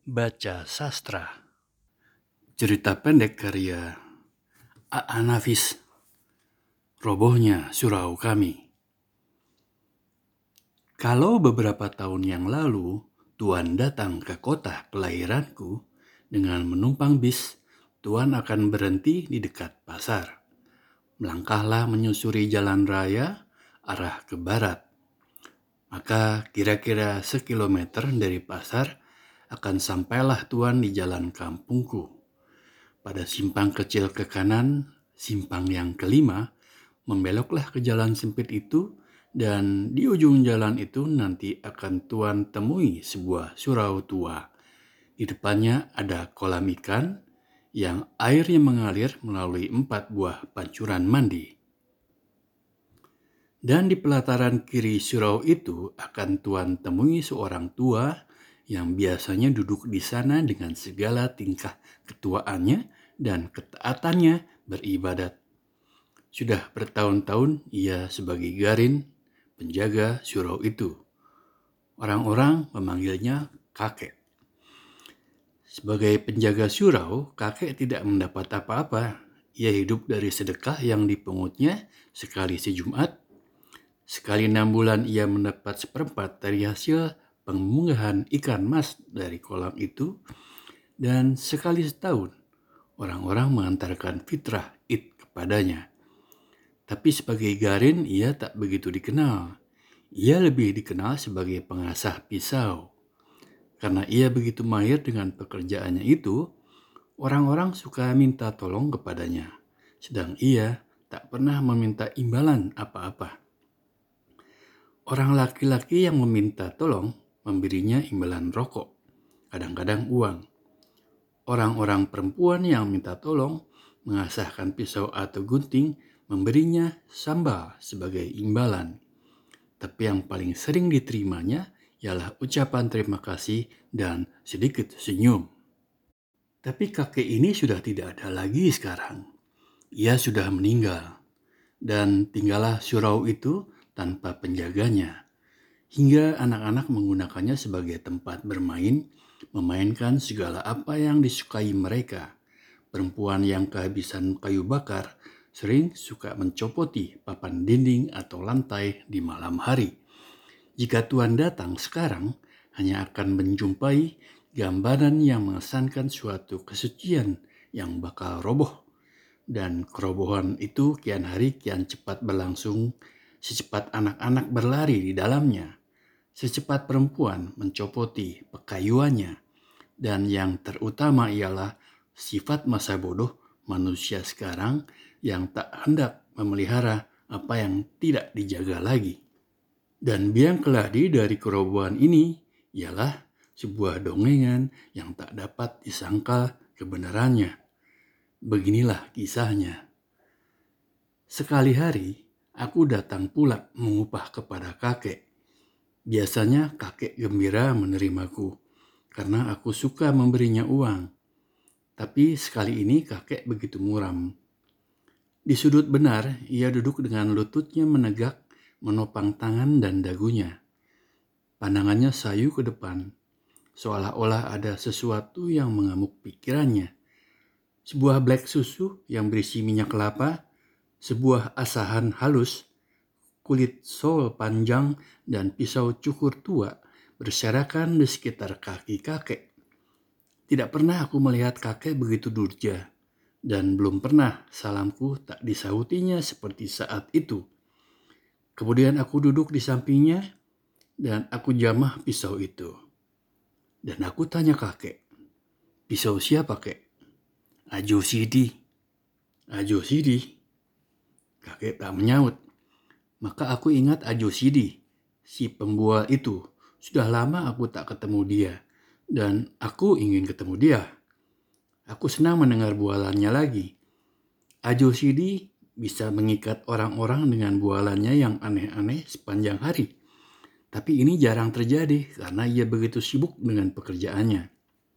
Baca Sastra. Cerita pendek karya A.A. Nafis. Robohnya surau kami. Kalau beberapa tahun yang lalu Tuan datang ke kota kelahiranku dengan menumpang bis, Tuan akan berhenti di dekat pasar. Melangkahlah menyusuri jalan raya arah ke barat. Maka kira-kira sekilometer dari pasar akan sampailah Tuan di jalan kampungku. Pada simpang kecil ke kanan, simpang yang kelima, membeloklah ke jalan sempit itu, dan di ujung jalan itu nanti akan Tuan temui sebuah surau tua. Di depannya ada kolam ikan yang airnya mengalir melalui 4 buah pancuran mandi. Dan di pelataran kiri surau itu akan Tuan temui seorang tua yang biasanya duduk di sana dengan segala tingkah ketuaannya dan ketaatannya beribadat. Sudah bertahun-tahun ia sebagai garin penjaga surau itu. Orang-orang memanggilnya kakek. Sebagai penjaga surau, kakek tidak mendapat apa-apa. Ia hidup dari sedekah yang dipungutnya sekali sejumat. Sekali 6 bulan ia mendapat seperempat dari hasil pemunggahan ikan mas dari kolam itu. Dan sekali setahun orang-orang mengantarkan fitrah id kepadanya. Tapi sebagai garin ia tak begitu dikenal. Ia lebih dikenal sebagai pengasah pisau. Karena ia begitu mahir dengan pekerjaannya itu, orang-orang suka minta tolong kepadanya. Sedang ia tak pernah meminta imbalan apa-apa. Orang laki-laki yang meminta tolong memberinya imbalan rokok, kadang-kadang uang. Orang-orang perempuan yang minta tolong mengasahkan pisau atau gunting memberinya sambal sebagai imbalan. Tapi yang paling sering diterimanya ialah ucapan terima kasih dan sedikit senyum. Tapi kakek ini sudah tidak ada lagi sekarang. Ia sudah meninggal dan tinggallah surau itu tanpa penjaganya. Hingga anak-anak menggunakannya sebagai tempat bermain, memainkan segala apa yang disukai mereka. Perempuan yang kehabisan kayu bakar sering suka mencopoti papan dinding atau lantai di malam hari. Jika Tuan datang sekarang, hanya akan menjumpai gambaran yang mengesankan suatu kesucian yang bakal roboh. Dan kerobohan itu kian hari kian cepat berlangsung, secepat anak-anak berlari di dalamnya, secepat perempuan mencopoti pekayuannya, dan yang terutama ialah sifat masa bodoh manusia sekarang yang tak hendak memelihara apa yang tidak dijaga lagi. Dan biang keladi dari kerobohan ini ialah sebuah dongengan yang tak dapat disangkal kebenarannya. Beginilah kisahnya. Sekali hari, aku datang pula mengupah kepada kakek. Biasanya kakek gembira menerimaku, karena aku suka memberinya uang. Tapi sekali ini kakek begitu muram. Di sudut benar, ia duduk dengan lututnya menegak, menopang tangan dan dagunya. Pandangannya sayu ke depan, seolah-olah ada sesuatu yang mengamuk pikirannya. Sebuah blek susu yang berisi minyak kelapa, sebuah asahan halus, kulit sol panjang, dan pisau cukur tua berserakan di sekitar kaki kakek. Tidak pernah aku melihat kakek begitu durja, dan belum pernah salamku tak disautinya seperti saat itu. Kemudian aku duduk di sampingnya, dan aku jamah pisau itu. Dan aku tanya kakek, pisau siapa kek? Ajo Sidi. Ajo Sidi? Kakek tak menyaut. Maka aku ingat Ajo Sidi, si pembual itu. Sudah lama aku tak ketemu dia, dan aku ingin ketemu dia. Aku senang mendengar bualannya lagi. Ajo Sidi bisa mengikat orang-orang dengan bualannya yang aneh-aneh sepanjang hari. Tapi ini jarang terjadi karena ia begitu sibuk dengan pekerjaannya.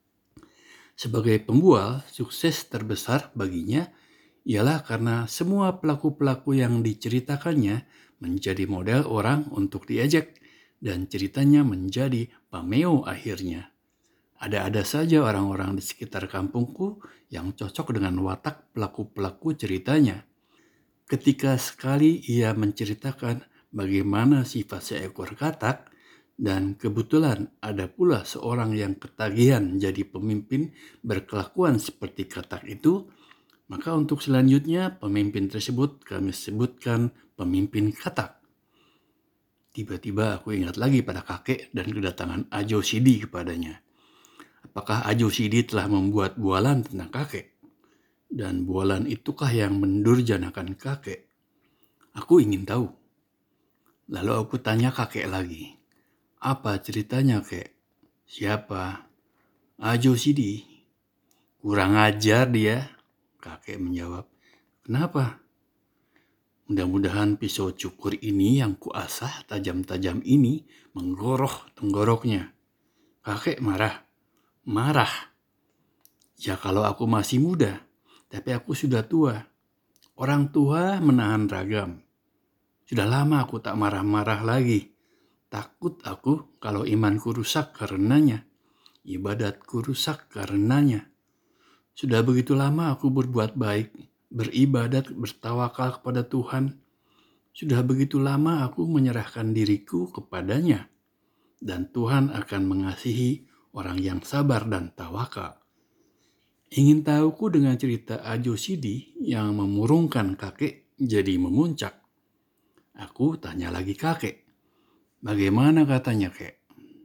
Sebagai pembual, sukses terbesar baginya ialah karena semua pelaku-pelaku yang diceritakannya menjadi model orang untuk diajak, dan ceritanya menjadi pameo akhirnya. Ada-ada saja orang-orang di sekitar kampungku yang cocok dengan watak pelaku-pelaku ceritanya. Ketika sekali ia menceritakan bagaimana sifat seekor katak, dan kebetulan ada pula seorang yang ketagihan jadi pemimpin berkelakuan seperti katak itu, maka untuk selanjutnya pemimpin tersebut kami sebutkan pemimpin katak. Tiba-tiba aku ingat lagi pada kakek dan kedatangan Ajo Sidi kepadanya. Apakah Ajo Sidi telah membuat bualan tentang kakek? Dan bualan itukah yang mendurjanakan kakek? Aku ingin tahu. Lalu aku tanya kakek lagi. Apa ceritanya, kek? Siapa? Ajo Sidi. Kurang ajar dia, kakek menjawab. Kenapa? Mudah-mudahan pisau cukur ini yang kuasah tajam-tajam ini menggoroh tenggoroknya. Kakek marah. Marah. Ya kalau aku masih muda, tapi aku sudah tua. Orang tua menahan ragam. Sudah lama aku tak marah-marah lagi. Takut aku kalau imanku rusak karenanya. Ibadatku rusak karenanya. Sudah begitu lama aku berbuat baik, beribadat, bertawakal kepada Tuhan. Sudah begitu lama aku menyerahkan diriku kepadanya. Dan Tuhan akan mengasihi orang yang sabar dan tawakal. Ingin tahuku dengan cerita Ajo Sidi yang memurungkan kakek jadi memuncak. Aku tanya lagi kakek. Bagaimana katanya, kek?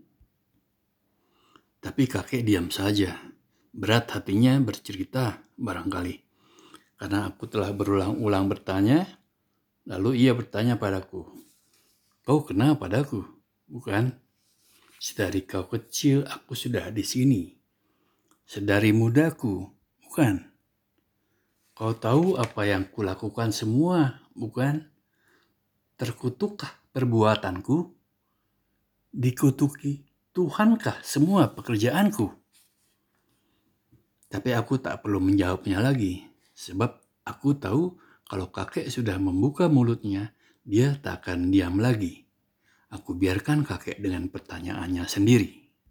Tapi kakek diam saja. Berat hatinya bercerita barangkali. Karena aku telah berulang-ulang bertanya, lalu ia bertanya padaku. Kau kenal padaku? Bukan? Sedari kau kecil aku sudah di sini. Sedari mudaku, bukan? Kau tahu apa yang kulakukan semua, bukan? Terkutukkah perbuatanku? Dikutuki Tuhankah semua pekerjaanku? Tapi aku tak perlu menjawabnya lagi, sebab aku tahu kalau kakek sudah membuka mulutnya, dia tak akan diam lagi. Aku biarkan kakek dengan pertanyaannya sendiri.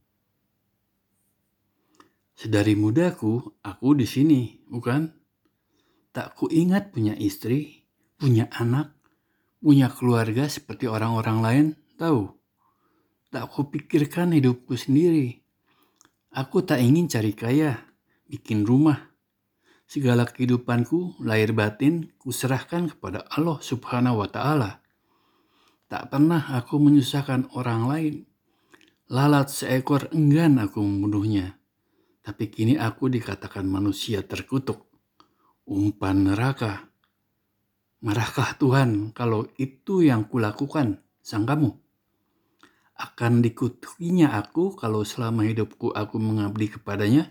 Sedari mudaku, aku di sini, bukan? Tak kuingat punya istri, punya anak, punya keluarga seperti orang-orang lain, tahu? Tak kupikirkan hidupku sendiri. Aku tak ingin cari kaya, bikin rumah. Segala kehidupanku, lahir batin, kuserahkan kepada Allah Subhanahu wa Ta'ala. Tak pernah aku menyusahkan orang lain. Lalat seekor enggan aku membunuhnya. Tapi kini aku dikatakan manusia terkutuk. Umpan neraka. Marahkah Tuhan kalau itu yang kulakukan, sangkamu? Akan dikutukinya aku kalau selama hidupku aku mengabdi kepadanya?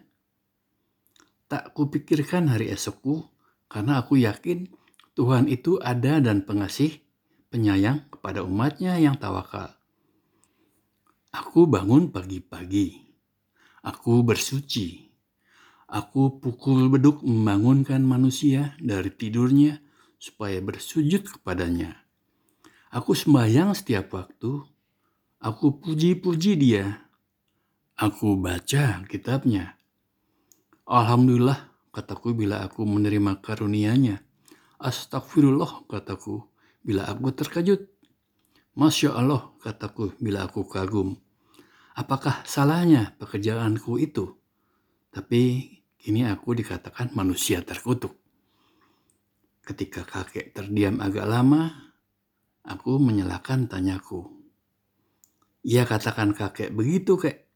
Tak kupikirkan hari esokku, karena aku yakin Tuhan itu ada dan pengasih, penyayang kepada umatnya yang tawakal. Aku bangun pagi-pagi. Aku bersuci. Aku pukul beduk membangunkan manusia dari tidurnya supaya bersujud kepadanya. Aku sembahyang setiap waktu. Aku puji-puji dia. Aku baca kitabnya. Alhamdulillah, kataku bila aku menerima karunia-Nya. Astagfirullah, kataku bila aku terkejut. Masya Allah, kataku bila aku kagum. Apakah salahnya pekerjaanku itu? Tapi kini aku dikatakan manusia terkutuk. Ketika kakek terdiam agak lama, aku menyalahkan tanyaku. Ia katakan kakek begitu, kek.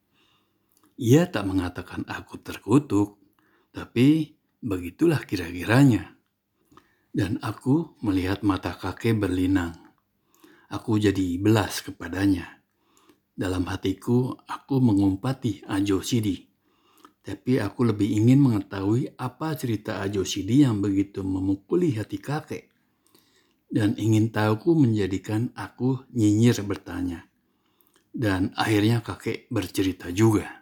Ia tak mengatakan aku terkutuk, tapi begitulah kira-kiranya. Dan aku melihat mata kakek berlinang. Aku jadi belas kepadanya. Dalam hatiku, aku mengumpati Ajo Sidi. Tapi aku lebih ingin mengetahui apa cerita Ajo Sidi yang begitu memukuli hati kakek. Dan ingin tahuku menjadikan aku nyinyir bertanya. Dan akhirnya kakek bercerita juga.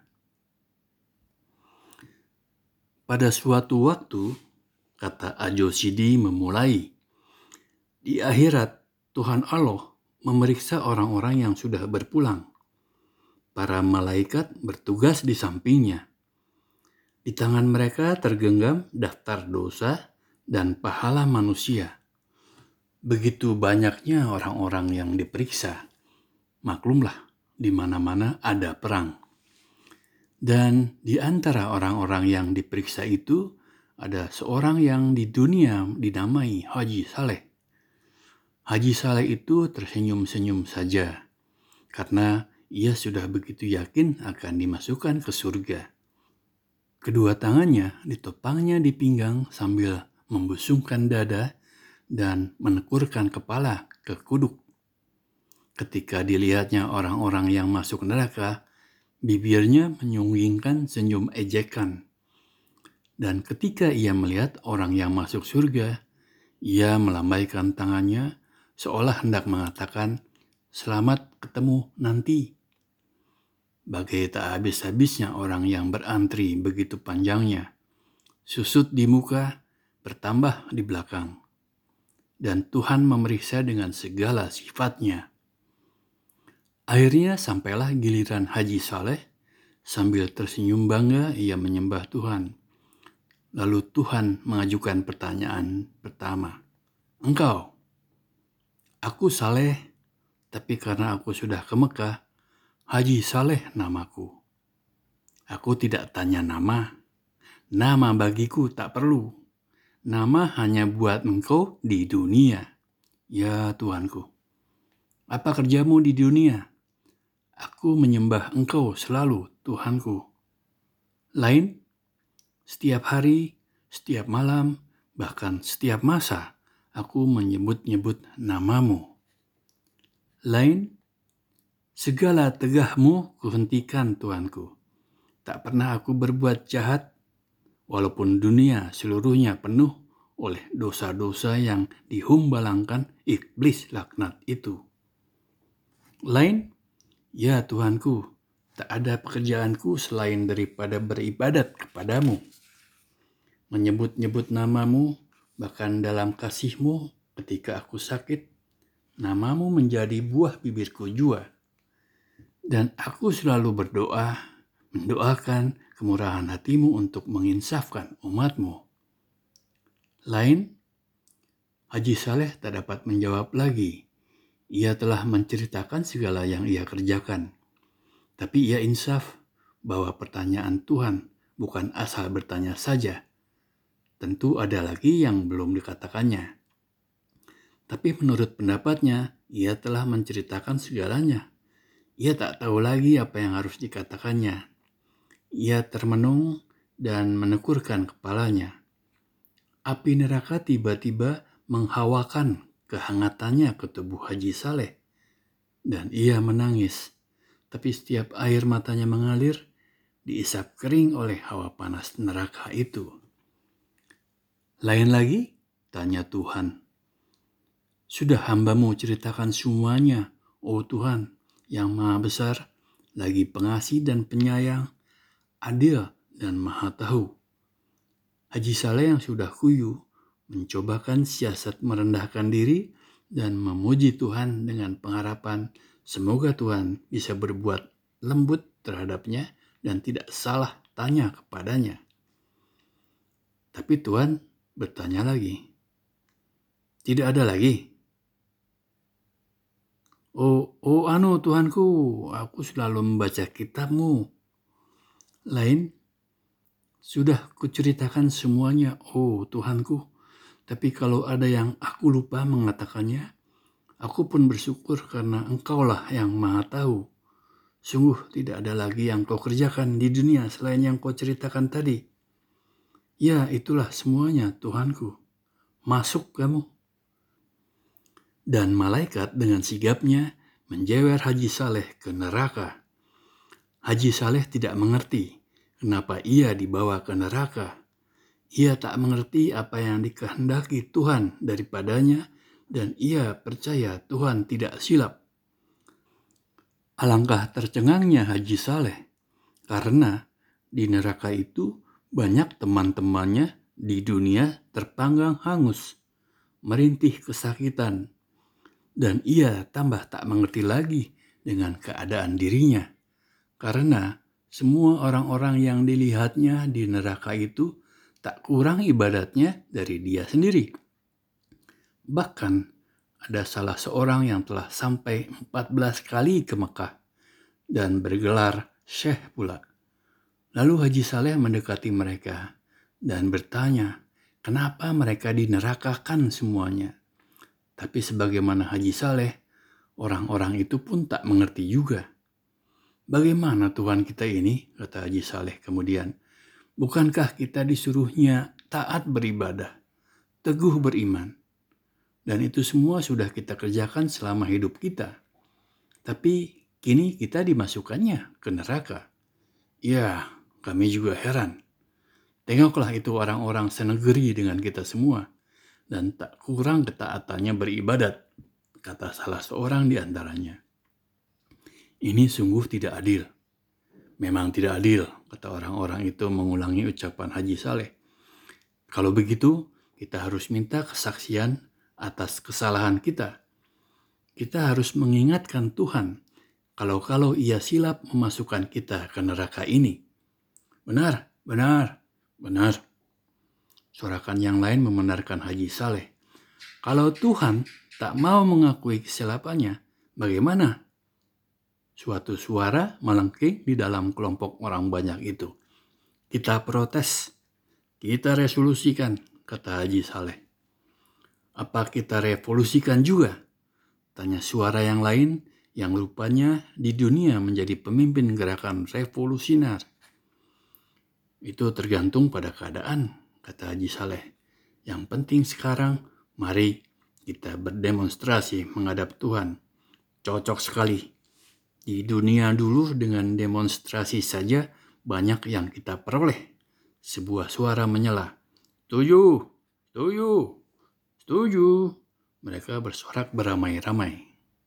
Pada suatu waktu, kata Ajo Sidi memulai, di akhirat Tuhan Allah memeriksa orang-orang yang sudah berpulang. para malaikat bertugas di sampingnya. Di tangan mereka tergenggam daftar dosa dan pahala manusia. Begitu banyaknya orang-orang yang diperiksa. Maklumlah, di mana-mana ada perang. Dan di antara orang-orang yang diperiksa itu, ada seorang yang di dunia dinamai Haji Saleh. Haji Saleh itu tersenyum-senyum saja, karena ia sudah begitu yakin akan dimasukkan ke surga. Kedua tangannya ditopangnya di pinggang sambil membusungkan dada dan menekurkan kepala ke kuduk. Ketika dilihatnya orang-orang yang masuk neraka, bibirnya menyunggingkan senyum ejekan. Dan ketika ia melihat orang yang masuk surga, ia melambaikan tangannya seolah hendak mengatakan, "Selamat ketemu nanti." Bagai tak habis-habisnya orang yang berantri begitu panjangnya. Susut di muka, bertambah di belakang. Dan Tuhan memeriksa dengan segala sifatnya. Akhirnya sampailah giliran Haji Saleh. Sambil tersenyum bangga ia menyembah Tuhan. Lalu Tuhan mengajukan pertanyaan pertama. "Engkau?" "Aku Saleh, tapi karena aku sudah ke Mekah, Haji Saleh namaku." "Aku tidak tanya nama. Nama bagiku tak perlu. Nama hanya buat engkau di dunia." "Ya Tuanku." "Apa kerjamu di dunia?" "Aku menyembah engkau selalu, Tuhanku." "Lain?" "Setiap hari, setiap malam, bahkan setiap masa, aku menyebut-nyebut namamu." "Lain?" "Segala tegahmu kuhentikan, Tuanku. Tak pernah aku berbuat jahat, walaupun dunia seluruhnya penuh oleh dosa-dosa yang dihumbalangkan iblis laknat itu." "Lain?" "Ya Tuhanku, tak ada pekerjaanku selain daripada beribadat kepadamu, menyebut-nyebut namamu, bahkan dalam kasihmu ketika aku sakit, namamu menjadi buah bibirku jua. Dan aku selalu berdoa, mendoakan kemurahan hatimu untuk menginsafkan umatmu." "Lain?" Haji Saleh tak dapat menjawab lagi. Ia telah menceritakan segala yang ia kerjakan. Tapi ia insaf bahwa pertanyaan Tuhan bukan asal bertanya saja. Tentu ada lagi yang belum dikatakannya. Tapi menurut pendapatnya, ia telah menceritakan segalanya. Ia tak tahu lagi apa yang harus dikatakannya. Ia termenung dan menekurkan kepalanya. Api neraka tiba-tiba menghawakan kehangatannya ke tubuh Haji Saleh. Dan ia menangis. Tapi setiap air matanya mengalir, diisap kering oleh hawa panas neraka itu. "Lain lagi?" tanya Tuhan. "Sudah hambamu ceritakan semuanya, oh Tuhan, yang maha besar, lagi pengasih dan penyayang, adil dan maha tahu." Haji Saleh yang sudah khuyu mencobakan siasat merendahkan diri dan memuji Tuhan dengan pengharapan semoga Tuhan bisa berbuat lembut terhadapnya dan tidak salah tanya kepadanya. Tapi Tuhan bertanya lagi. "Tidak ada lagi?" Oh, Tuhanku, aku selalu membaca kitabmu." "Lain?" "Sudah kuceritakan semuanya, oh Tuhanku. Tapi kalau ada yang aku lupa mengatakannya, aku pun bersyukur karena engkaulah yang maha tahu. Sungguh tidak ada lagi yang kau kerjakan di dunia selain yang kau ceritakan tadi." "Ya, itulah semuanya, Tuhanku. Masuk kamu." Dan malaikat dengan sigapnya menjewer Haji Saleh ke neraka. Haji Saleh tidak mengerti kenapa ia dibawa ke neraka. Ia tak mengerti apa yang dikehendaki Tuhan daripadanya dan ia percaya Tuhan tidak silap. Alangkah tercengangnya Haji Saleh karena di neraka itu banyak teman-temannya di dunia terpanggang hangus, merintih kesakitan, dan ia tambah tak mengerti lagi dengan keadaan dirinya. Karena semua orang-orang yang dilihatnya di neraka itu tak kurang ibadatnya dari dia sendiri. Bahkan ada salah seorang yang telah sampai 14 kali ke Mekah dan bergelar Syekh pula. Lalu Haji Saleh mendekati mereka dan bertanya, kenapa mereka dinerakakan semuanya? Tapi sebagaimana Haji Saleh, orang-orang itu pun tak mengerti juga. Bagaimana Tuhan kita ini, kata Haji Saleh kemudian, bukankah kita disuruhnya taat beribadah, teguh beriman, dan itu semua sudah kita kerjakan selama hidup kita. Tapi kini kita dimasukkannya ke neraka. Ya, kami juga heran. Tengoklah itu orang-orang senegeri dengan kita semua, dan tak kurang ketaatannya beribadat, kata salah seorang di antaranya. Ini sungguh tidak adil. Memang tidak adil, kata orang-orang itu mengulangi ucapan Haji Saleh. Kalau begitu, kita harus minta kesaksian atas kesalahan kita. Kita harus mengingatkan Tuhan kalau ia silap memasukkan kita ke neraka ini. Benar, benar, benar. Sorakan yang lain membenarkan Haji Saleh. Kalau Tuhan tak mau mengakui kesilapannya, bagaimana? Suatu suara melengking di dalam kelompok orang banyak itu. Kita protes, kita resolusikan, kata Haji Saleh. Apa kita revolusikan juga? Tanya suara yang lain yang rupanya di dunia menjadi pemimpin gerakan revolusioner. Itu tergantung pada keadaan, kata Haji Saleh. Yang penting sekarang, mari kita berdemonstrasi menghadap Tuhan. Cocok sekali. Di dunia dulu dengan demonstrasi saja banyak yang kita peroleh. Sebuah suara menyela. Setuju, setuju, setuju. Mereka bersorak beramai-ramai.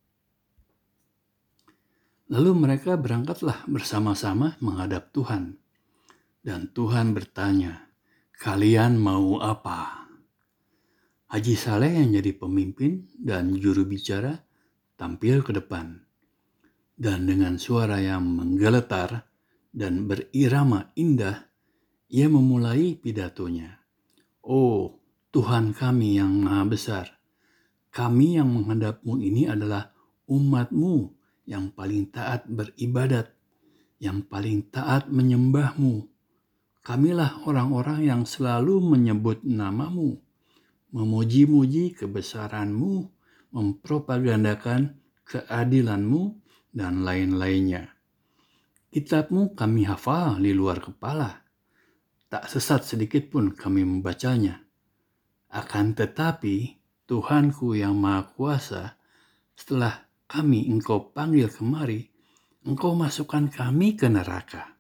Lalu mereka berangkatlah bersama-sama menghadap Tuhan. Dan Tuhan bertanya, kalian mau apa? Haji Saleh yang jadi pemimpin dan juru bicara tampil ke depan. Dan dengan suara yang menggeletar dan berirama indah, ia memulai pidatonya. Oh, Tuhan kami yang maha besar, kami yang menghadapmu ini adalah umatmu yang paling taat beribadat, yang paling taat menyembahmu. Kamilah orang-orang yang selalu menyebut namamu, memuji-muji kebesaranmu, mempropagandakan keadilanmu, dan lain-lainnya. Kitabmu kami hafal di luar kepala. Tak sesat sedikit pun kami membacanya. Akan tetapi, Tuhanku yang Maha Kuasa, setelah kami Engkau panggil kemari, Engkau masukkan kami ke neraka.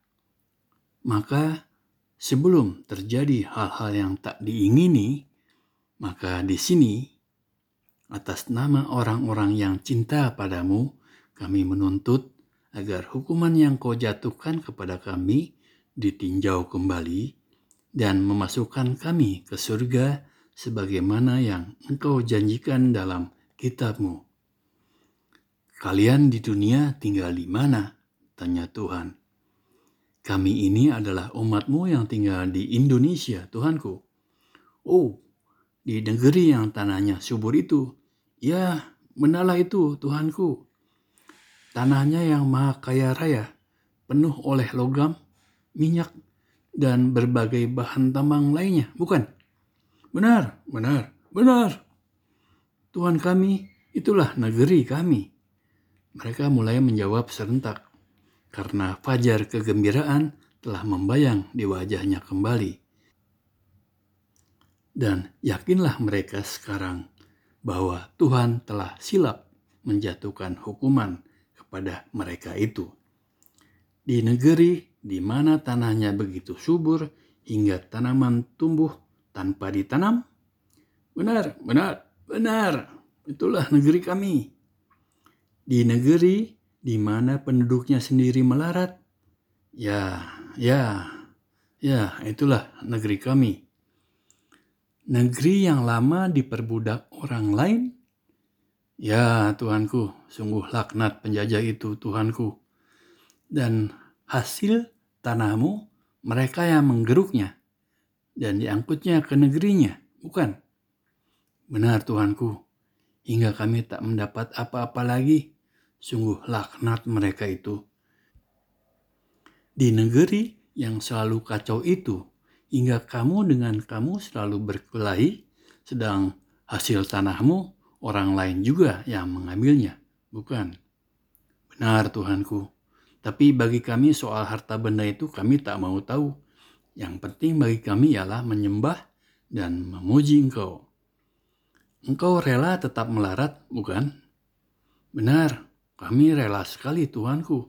Maka sebelum terjadi hal-hal yang tak diingini, maka di sini, atas nama orang-orang yang cinta padamu, kami menuntut agar hukuman yang kau jatuhkan kepada kami ditinjau kembali dan memasukkan kami ke surga sebagaimana yang engkau janjikan dalam kitabmu. Kalian di dunia tinggal di mana? Tanya Tuhan. Kami ini adalah umatmu yang tinggal di Indonesia, Tuhanku. Oh, di negeri yang tanahnya subur itu. Ya, benarlah itu, Tuhanku. Tanahnya yang maha kaya raya, penuh oleh logam, minyak, dan berbagai bahan tambang lainnya, bukan? Benar, benar, benar. Tuhan kami, itulah negeri kami. Mereka mulai menjawab serentak, karena fajar kegembiraan telah membayang di wajahnya kembali. Dan yakinlah mereka sekarang bahwa Tuhan telah silap menjatuhkan hukuman kepada mereka itu. Di negeri di mana tanahnya begitu subur hingga tanaman tumbuh tanpa ditanam. Benar, benar, benar. Itulah negeri kami. Di negeri di mana penduduknya sendiri melarat. Ya, itulah negeri kami. Negeri yang lama diperbudak orang lain. Ya, Tuhanku, sungguh laknat penjajah itu, Tuhanku. Dan hasil tanahmu mereka yang menggeruknya dan diangkutnya ke negerinya, bukan? Benar Tuanku, hingga kami tak mendapat apa-apa lagi. Sungguh laknat mereka itu. Di negeri yang selalu kacau itu, hingga kamu dengan kamu selalu berkelahi, sedang hasil tanahmu orang lain juga yang mengambilnya, bukan? Benar Tuhanku, tapi bagi kami soal harta benda itu kami tak mau tahu. Yang penting bagi kami ialah menyembah dan memuji Engkau. Engkau rela tetap melarat, bukan? Benar, kami rela sekali Tuhanku.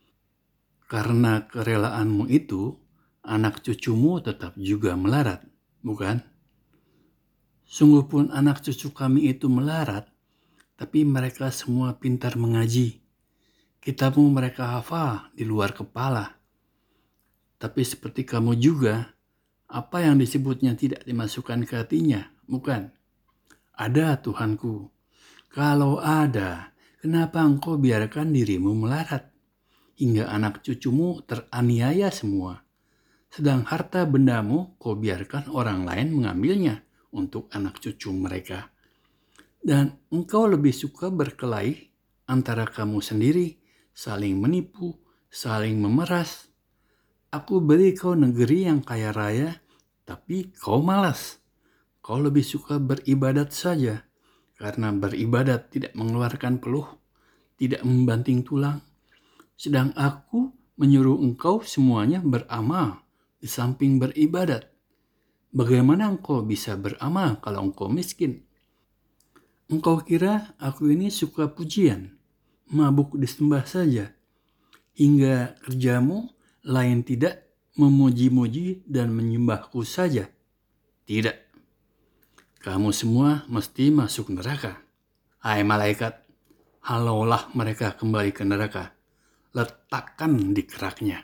Karena kerelaanmu itu, anak cucumu tetap juga melarat, bukan? Sungguh pun anak cucu kami itu melarat, tapi mereka semua pintar mengaji. Kitabmu mereka hafal di luar kepala. Tapi seperti kamu juga, apa yang disebutnya tidak dimasukkan ke hatinya, bukan? Ada Tuhanku. Kalau ada, kenapa engkau biarkan dirimu melarat? Hingga anak cucumu teraniaya semua. Sedang harta bendamu kau biarkan orang lain mengambilnya untuk anak cucu mereka. Dan engkau lebih suka berkelahi antara kamu sendiri, saling menipu, saling memeras. Aku beri kau negeri yang kaya raya, tapi kau malas. Kau lebih suka beribadat saja, karena beribadat tidak mengeluarkan peluh, tidak membanting tulang. Sedang aku menyuruh engkau semuanya beramal di samping beribadat. Bagaimana engkau bisa beramal kalau engkau miskin? Engkau kira aku ini suka pujian, mabuk disembah saja, hingga kerjamu lain tidak memuji-muji dan menyembahku saja? Tidak, kamu semua mesti masuk neraka. Hai malaikat, halaulah mereka kembali ke neraka. Letakkan di keraknya.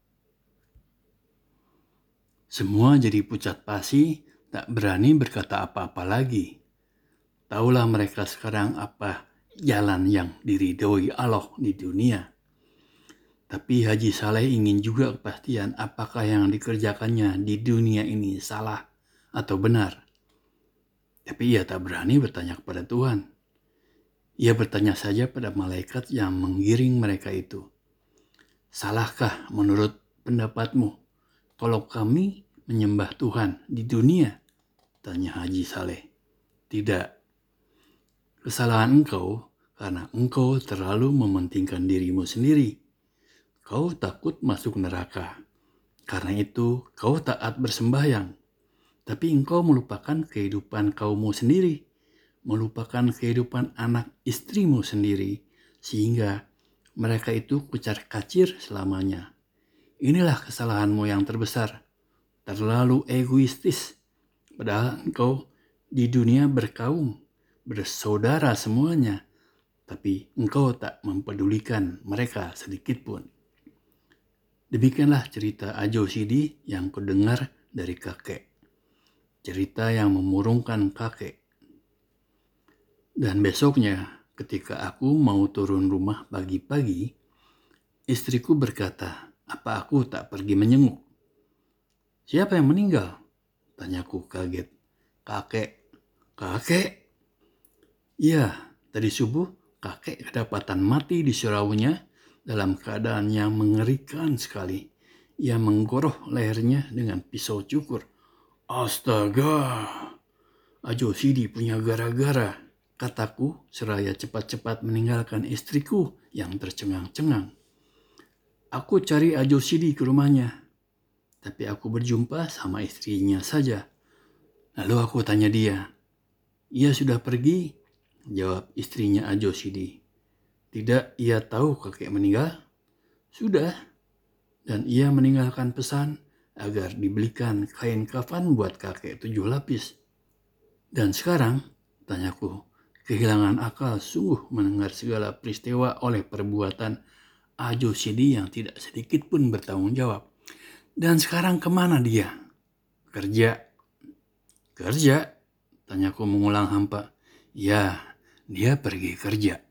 Semua jadi pucat pasi, tak berani berkata apa-apa lagi. Taulah mereka sekarang apa jalan yang diridhoi Allah di dunia. Tapi Haji Saleh ingin juga kepastian apakah yang dikerjakannya di dunia ini salah atau benar. Tapi ia tak berani bertanya kepada Tuhan. Ia bertanya saja pada malaikat yang menggiring mereka itu. Salahkah menurut pendapatmu kalau kami menyembah Tuhan di dunia? Tanya Haji Saleh. Tidak. Kesalahan engkau karena engkau terlalu mementingkan dirimu sendiri. Kau takut masuk neraka. Karena itu kau taat bersembahyang. Tapi engkau melupakan kehidupan kaummu sendiri. Melupakan kehidupan anak istrimu sendiri. Sehingga mereka itu kucar kacir selamanya. Inilah kesalahanmu yang terbesar. Terlalu egoistis. Padahal engkau di dunia berkaum, bersaudara semuanya. Tapi engkau tak mempedulikan mereka sedikit pun. Demikianlah cerita Ajo Sidi yang kudengar dari kakek. Cerita yang memurungkan kakek. Dan besoknya ketika aku mau turun rumah pagi-pagi, istriku berkata, apa aku tak pergi menjenguk? Siapa yang meninggal? Tanyaku kaget. Kakek. Kakek? Iya, tadi subuh kakek kedapatan mati di suraunya dalam keadaan yang mengerikan sekali. Ia menggoroh lehernya dengan pisau cukur. Astaga, Ajo Sidi punya gara-gara, kataku seraya cepat-cepat meninggalkan istriku yang tercengang-cengang. Aku cari Ajo Sidi ke rumahnya, tapi aku berjumpa sama istrinya saja. Lalu aku tanya dia, ia sudah pergi? Jawab istrinya Ajo Sidi. Tidak, ia tahu kakek meninggal? Sudah. Dan ia meninggalkan pesan agar dibelikan kain kafan buat kakek 7 lapis. Dan sekarang, tanyaku, kehilangan akal sungguh mendengar segala peristiwa oleh perbuatan Ajo Sidi yang tidak sedikit pun bertanggung jawab. Dan sekarang kemana dia? Kerja. Kerja? Tanyaku mengulang hampa. Ya, dia pergi kerja.